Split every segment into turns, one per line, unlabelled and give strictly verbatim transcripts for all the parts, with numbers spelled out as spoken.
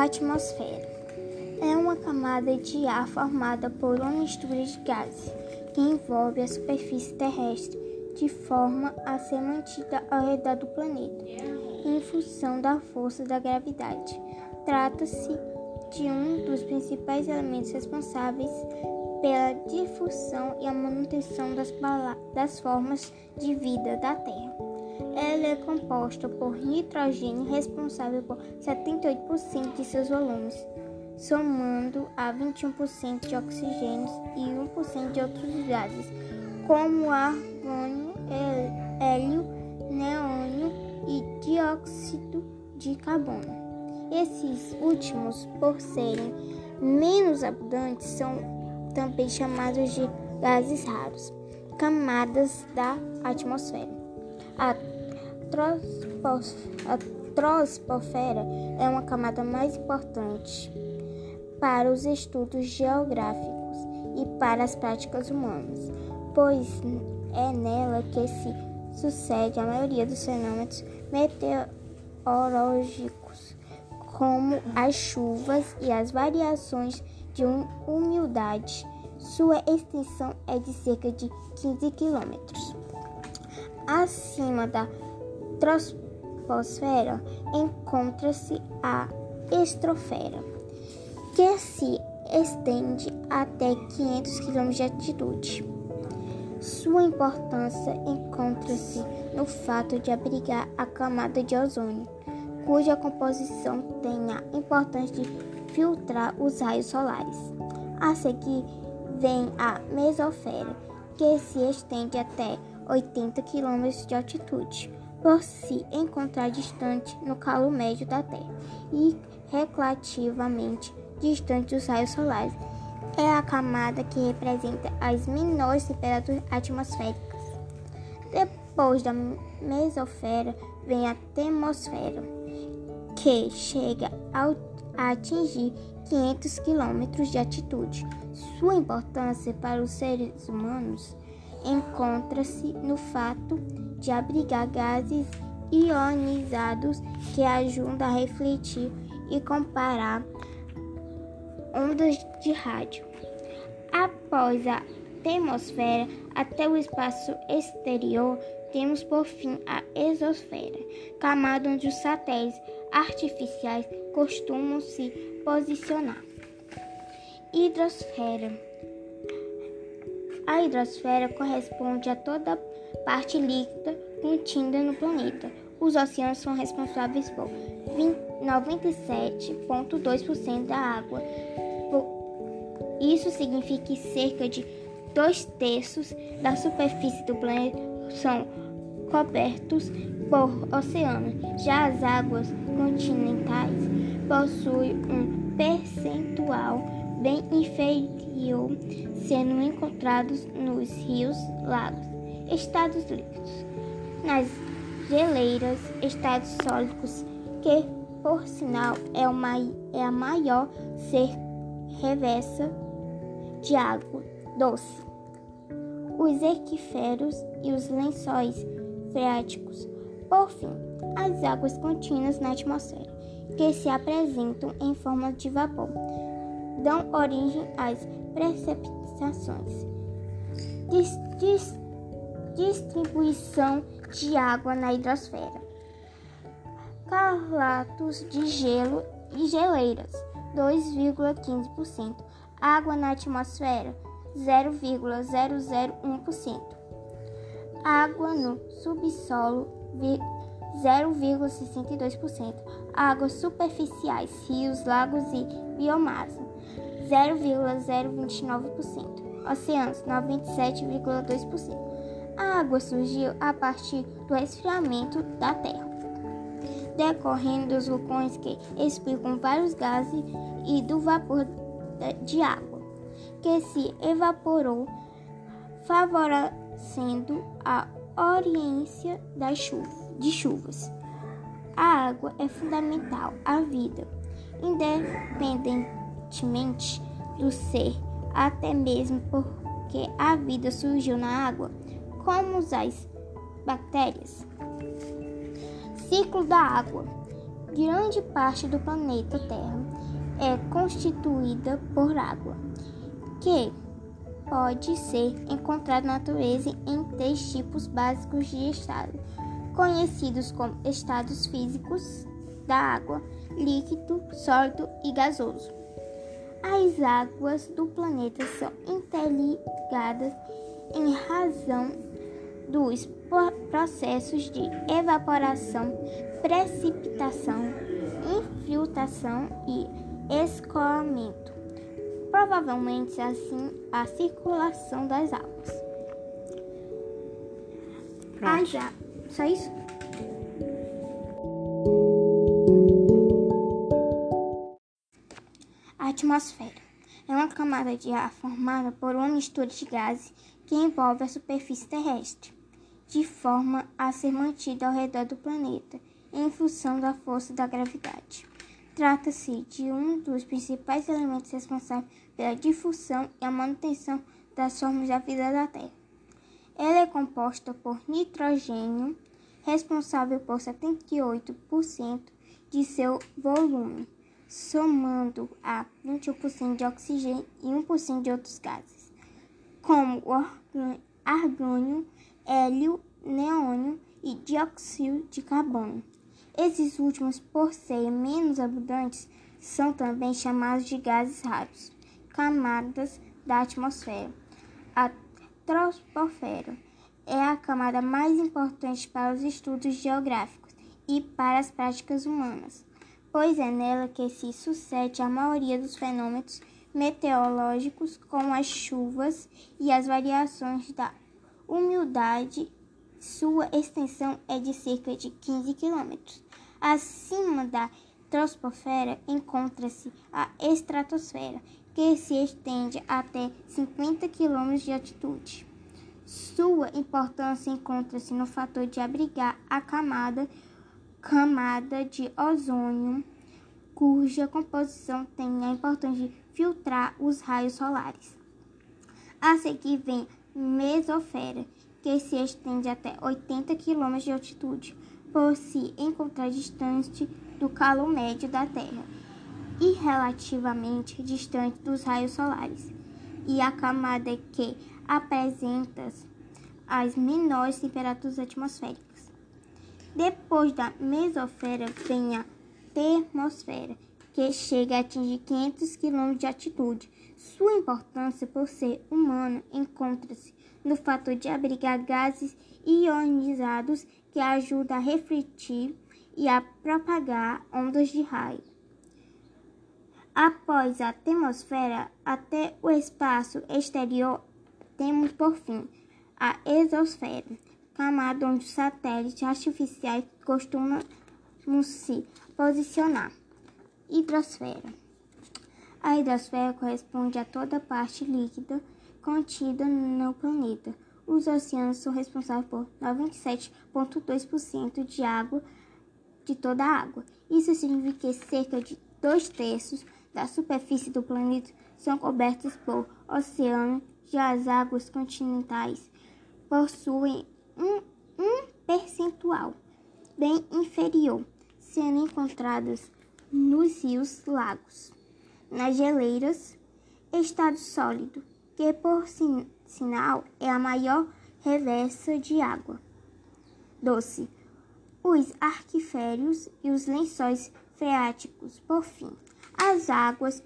A atmosfera é uma camada de ar formada por uma mistura de gases que envolve a superfície terrestre de forma a ser mantida ao redor do planeta, em função da força da gravidade. Trata-se de um dos principais elementos responsáveis pela difusão e a manutenção das, das formas de vida da Terra. Ela é composta por nitrogênio, responsável por setenta e oito por cento de seus volumes, somando a vinte e um por cento de oxigênio e um por cento de outros gases, como argônio, hélio, neônio e dióxido de carbono. Esses últimos, por serem menos abundantes, são também chamados de gases raros. Camadas da atmosfera. A troposfera é uma camada mais importante para os estudos geográficos e para as práticas humanas, pois é nela que se sucede a maioria dos fenômenos meteorológicos, como as chuvas e as variações de umidade. Sua extensão é de cerca de quinze quilômetros. Acima da troposfera encontra-se a estratosfera, que se estende até quinhentos quilômetros de altitude. Sua importância encontra-se no fato de abrigar a camada de ozônio, cuja composição tem a importância de filtrar os raios solares. A seguir vem a mesosfera, que se estende até oitenta quilômetros de altitude, por se encontrar distante no calor médio da Terra e relativamente distante dos raios solares. É a camada que representa as menores temperaturas atmosféricas. Depois da mesosfera vem a termosfera, que chega a atingir quinhentos quilômetros de altitude. Sua importância para os seres humanos encontra-se no fato de abrigar gases ionizados que ajudam a refletir e comparar ondas de rádio. Após a termosfera, até o espaço exterior, temos por fim a exosfera, camada onde os satélites artificiais costumam se posicionar. Hidrosfera. A hidrosfera corresponde a toda a parte líquida contida no planeta. Os oceanos são responsáveis por noventa e sete vírgula dois por cento da água. Isso significa que cerca de dois terços da superfície do planeta são cobertos por oceanos. Já as águas continentais possuem um percentual bem inferior, sendo encontrados nos rios, lagos, estados líquidos, nas geleiras, estados sólidos, que, por sinal, é, uma, é a maior ser reversa de água doce, os equíferos e os lençóis freáticos. Por fim, as águas contínuas na atmosfera, que se apresentam em forma de vapor, dão origem às precipitações. Dis, dis, distribuição de água na hidrosfera. Calatos de gelo e geleiras, dois vírgula quinze por cento. Água na atmosfera, zero vírgula zero zero um por cento. Água no subsolo, zero vírgula sessenta e dois por cento. Águas superficiais, rios, lagos e biomassa, zero vírgula zero vinte e nove por cento. Oceanos, noventa e sete vírgula dois por cento. A água surgiu a partir do esfriamento da Terra, decorrendo dos vulcões que explicam vários gases e do vapor de água, que se evaporou, favorecendo a oriência das chuvas, de chuvas. A água é fundamental à vida, independentemente do ser, até mesmo porque a vida surgiu na água, como as bactérias. Ciclo da água. Grande parte do planeta Terra é constituída por água, que pode ser encontrada na natureza em três tipos básicos de estado, conhecidos como estados físicos da água: líquido, sólido e gasoso. As águas do planeta são interligadas em razão dos processos de evaporação, precipitação, infiltração e escoamento. Provavelmente assim a circulação das águas. As a... Só isso? A atmosfera é uma camada de ar formada por uma mistura de gases que envolve a superfície terrestre, de forma a ser mantida ao redor do planeta, em função da força da gravidade. Trata-se de um dos principais elementos responsáveis pela difusão e a manutenção das formas da vida da Terra. Ela é composta por nitrogênio, responsável por setenta e oito por cento de seu volume, somando a vinte e um por cento de oxigênio e um por cento de outros gases, como o argônio, hélio, neônio e dióxido de carbono. Esses últimos, por serem menos abundantes, são também chamados de gases raros. Camadas da atmosfera. A troposfera é a camada mais importante para os estudos geográficos e para as práticas humanas, pois é nela que se sucede a maioria dos fenômenos meteorológicos, como as chuvas e as variações da umidade. Sua extensão é de cerca de quinze quilômetros. Acima da troposfera encontra-se a estratosfera, que se estende até cinquenta quilômetros de altitude. Sua importância encontra-se no fator de abrigar a camada, camada de ozônio, cuja composição tem a importância de filtrar os raios solares. A seguir vem mesosfera, que se estende até oitenta quilômetros de altitude, por se encontrar distante do calor médio da Terra e relativamente distante dos raios solares, e a camada que apresenta as menores temperaturas atmosféricas. Depois da mesosfera vem a termosfera, que chega a atingir quinhentos quilômetros de altitude. Sua importância por ser humana encontra-se no fator de abrigar gases ionizados que ajudam a refletir e a propagar ondas de raio. Após a atmosfera, até o espaço exterior, temos por fim a exosfera, camada onde os satélites artificiais costumam se posicionar. Hidrosfera. A hidrosfera corresponde a toda a parte líquida contida no planeta. Os oceanos são responsáveis por noventa e sete vírgula dois por cento de água, de toda a água. Isso significa que cerca de dois terços da superfície do planeta são cobertos por oceanos. Já as águas continentais possuem um, um percentual bem inferior, sendo encontradas nos rios, lagos, nas geleiras, estado sólido, que por sin sinal é a maior reserva de água doce, os aquíferos e os lençóis freáticos. Por fim, as águas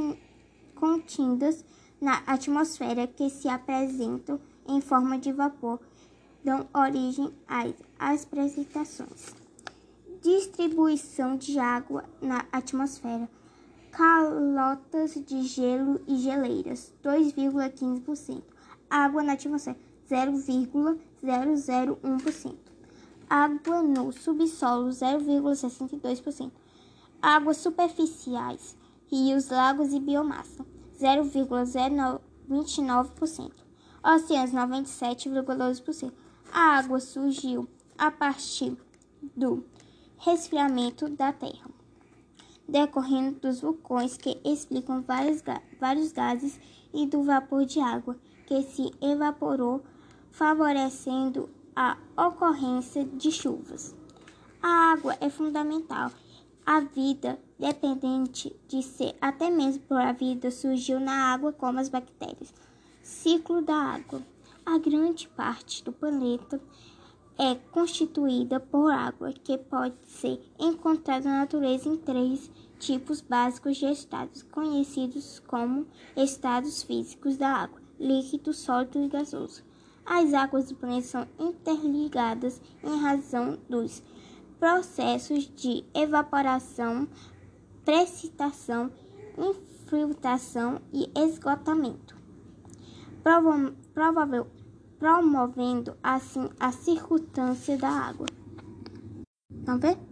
contidas na atmosfera, que se apresentam em forma de vapor, dão origem às, às precipitações. Distribuição de água na atmosfera. Calotas de gelo e geleiras, dois vírgula quinze por cento. Água na atmosfera, zero vírgula zero zero um por cento. Água no subsolo, zero vírgula sessenta e dois por cento. Águas superficiais, rios, lagos e biomassa, zero vírgula zero vinte e nove por cento. Oceanos, noventa e sete vírgula doze por cento. A água surgiu a partir do resfriamento da Terra, decorrendo dos vulcões, que explicam vários, vários gases, e do vapor de água que se evaporou, favorecendo a ocorrência de chuvas. A água é fundamental A vida dependente de ser até mesmo por a vida surgiu na água como as bactérias. Ciclo da água. A grande parte do planeta é constituída por água, que pode ser encontrada na natureza em três tipos básicos de estados, conhecidos como estados físicos da água: líquido, sólido e gasoso. As águas do planeta são interligadas em razão dos processos de evaporação, precipitação, infiltração e esgotamento, provável, promovendo assim a circulação da água. Vamos ver?